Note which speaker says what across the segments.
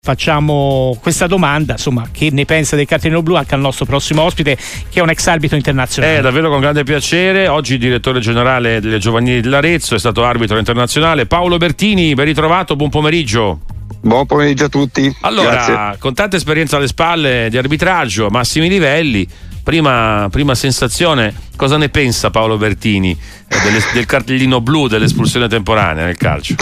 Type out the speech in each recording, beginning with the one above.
Speaker 1: Facciamo questa domanda, insomma, che ne pensa del cartellino blu anche al nostro prossimo ospite, che è un ex arbitro internazionale.
Speaker 2: Davvero con grande piacere. Oggi direttore generale delle giovanili dell'Arezzo, è stato arbitro internazionale. Paolo Bertini, ben ritrovato, buon pomeriggio.
Speaker 3: Buon pomeriggio a tutti.
Speaker 2: Allora,
Speaker 3: grazie.
Speaker 2: Con tanta esperienza alle spalle di arbitraggio a massimi livelli, prima sensazione, cosa ne pensa Paolo Bertini del cartellino blu, dell'espulsione temporanea nel calcio?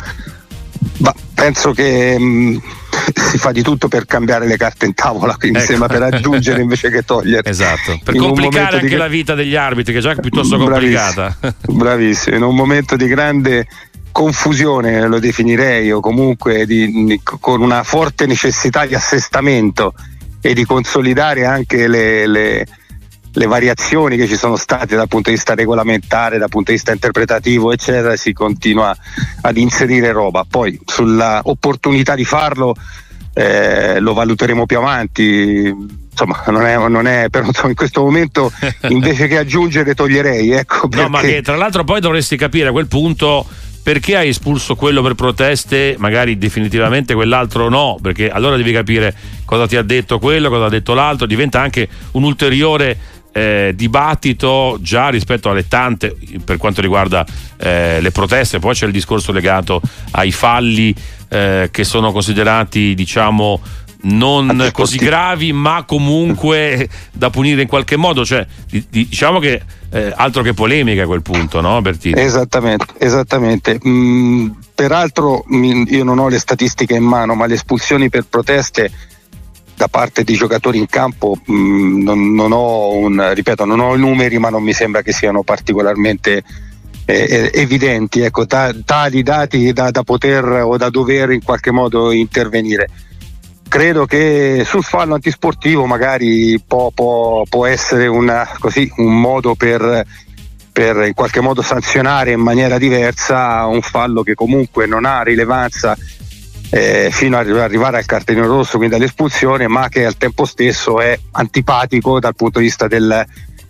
Speaker 3: Penso che si fa di tutto per cambiare le carte in tavola, quindi sembra per aggiungere invece che togliere.
Speaker 2: Esatto, per complicare anche la vita degli arbitri, che è già piuttosto complicata.
Speaker 3: Bravissimo, in un momento di grande confusione, lo definirei, o comunque con una forte necessità di assestamento e di consolidare anche le variazioni che ci sono state dal punto di vista regolamentare, dal punto di vista interpretativo, eccetera, si continua ad inserire roba. Poi sulla opportunità di farlo lo valuteremo più avanti. Insomma, non è però in questo momento invece che aggiungere toglierei, ecco, perché...
Speaker 2: No, ma che tra l'altro poi dovresti capire a quel punto perché hai espulso quello per proteste, magari definitivamente quell'altro no, perché allora devi capire cosa ti ha detto quello, cosa ha detto l'altro, diventa anche un ulteriore dibattito già rispetto alle tante per quanto riguarda le proteste. Poi c'è il discorso legato ai falli che sono considerati, diciamo, non così gravi, ma comunque da punire in qualche modo, cioè diciamo che altro che polemica a quel punto, no Bertini?
Speaker 3: Esattamente. Peraltro io non ho le statistiche in mano, ma le espulsioni per proteste da parte di giocatori in campo non ho i numeri, ma non mi sembra che siano particolarmente evidenti, ecco, tali dati da poter o da dover in qualche modo intervenire. Credo che sul fallo antisportivo magari può essere un modo per in qualche modo sanzionare in maniera diversa un fallo che comunque non ha rilevanza fino ad arrivare al cartellino rosso, quindi all'espulsione, ma che al tempo stesso è antipatico dal punto di vista del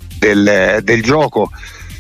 Speaker 3: gioco.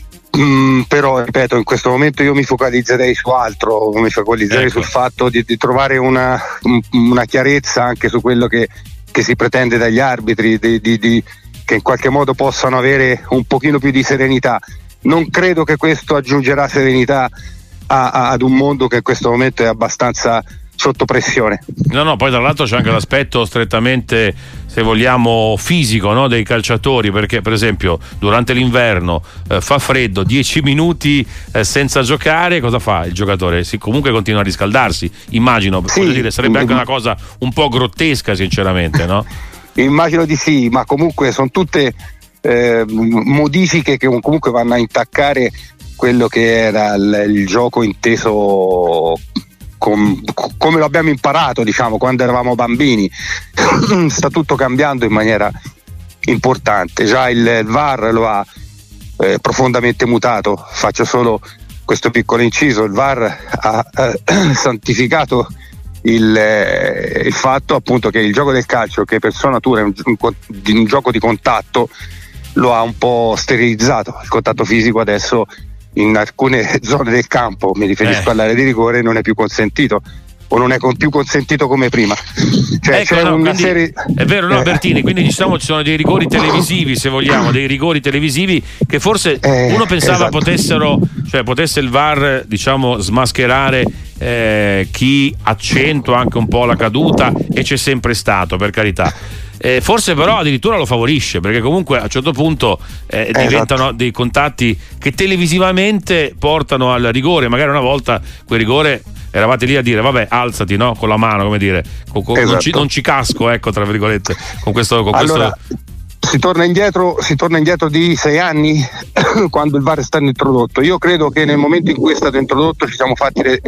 Speaker 3: Però ripeto, in questo momento io mi focalizzerei su altro, sul fatto di trovare una chiarezza anche su quello che si pretende dagli arbitri, che in qualche modo possano avere un pochino più di serenità. Non credo che questo aggiungerà serenità ad un mondo che in questo momento è abbastanza sotto pressione.
Speaker 2: No, poi tra l'altro c'è anche l'aspetto strettamente, se vogliamo, fisico, no, dei calciatori, perché per esempio durante l'inverno fa freddo, 10 minuti senza giocare, cosa fa il giocatore? Comunque continua a riscaldarsi, immagino, voglio dire, sarebbe anche una cosa un po' grottesca sinceramente, no?
Speaker 3: Immagino di sì, ma comunque sono tutte modifiche che comunque vanno a intaccare quello che era il gioco inteso come lo abbiamo imparato, diciamo, quando eravamo bambini. Sta tutto cambiando in maniera importante. Già il VAR lo ha profondamente mutato. Faccio solo questo piccolo inciso: il VAR ha santificato il fatto appunto che il gioco del calcio, che per sua natura è un gioco di contatto, lo ha un po' sterilizzato. Il contatto fisico adesso in alcune zone del campo, mi riferisco all'area di rigore, non è più consentito, o non è più consentito come prima. Cioè,
Speaker 2: ecco,
Speaker 3: c'è una serie...
Speaker 2: È vero, no, Bertini, quindi diciamo ci sono dei rigori televisivi, se vogliamo, dei rigori televisivi che forse uno pensava potesse il VAR, diciamo, smascherare chi accentua anche un po' la caduta, e c'è sempre stato, per carità. Forse però addirittura lo favorisce, perché comunque a un certo punto diventano dei contatti che televisivamente portano al rigore. Magari una volta quel rigore eravate lì a dire vabbè, alzati, no, con la mano, come dire, non ci casco, ecco, tra virgolette, con questo.
Speaker 3: Si torna indietro di 6 anni quando il VAR è stato introdotto. Io credo che nel momento in cui è stato introdotto ci siamo fatti le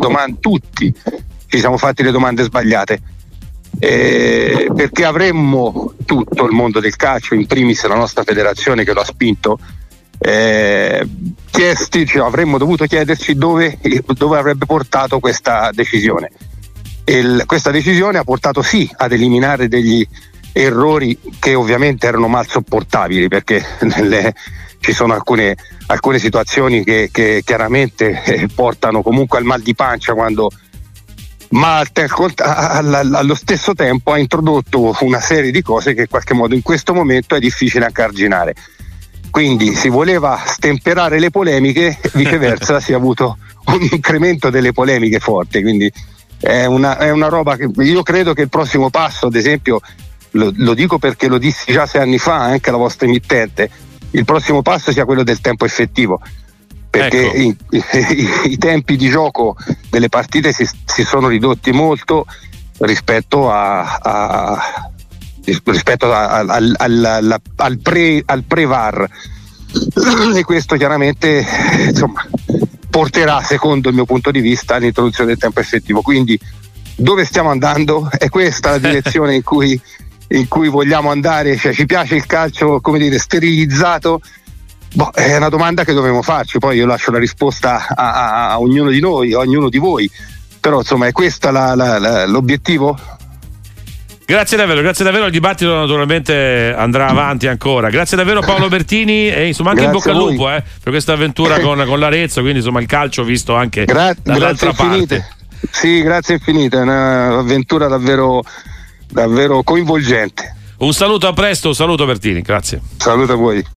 Speaker 3: domande sbagliate. Perché avremmo tutto il mondo del calcio, in primis la nostra federazione che lo ha spinto, avremmo dovuto chiederci dove avrebbe portato questa decisione. Questa decisione ha portato sì ad eliminare degli errori che ovviamente erano mal sopportabili, perché ci sono alcune situazioni che chiaramente portano comunque al mal di pancia quando ma allo stesso tempo ha introdotto una serie di cose che in qualche modo in questo momento è difficile anche arginare. Quindi si voleva stemperare le polemiche, viceversa si è avuto un incremento delle polemiche forti, quindi è una roba che io credo che il prossimo passo, ad esempio, lo dico perché lo dissi già 6 anni fa anche alla vostra emittente, il prossimo passo sia quello del tempo effettivo, perché ecco, i tempi di gioco delle partite si sono ridotti molto rispetto al pre-VAR, e questo chiaramente insomma porterà, secondo il mio punto di vista, all'introduzione del tempo effettivo. Quindi dove stiamo andando? È questa la direzione in cui vogliamo andare? Cioè, ci piace il calcio, come dire, sterilizzato? È una domanda che dobbiamo farci, poi io lascio la risposta a ognuno di noi, a ognuno di voi, però insomma è questo l'obiettivo?
Speaker 2: Grazie davvero, il dibattito naturalmente andrà avanti ancora. Grazie davvero Paolo Bertini, e insomma anche
Speaker 3: Grazie
Speaker 2: in bocca al lupo per questa avventura con l'Arezzo, quindi insomma il calcio visto anche dall'altra parte.
Speaker 3: Sì, grazie infinite, è un'avventura davvero coinvolgente.
Speaker 2: Un saluto, a presto, un saluto Bertini, grazie.
Speaker 3: Saluto a voi.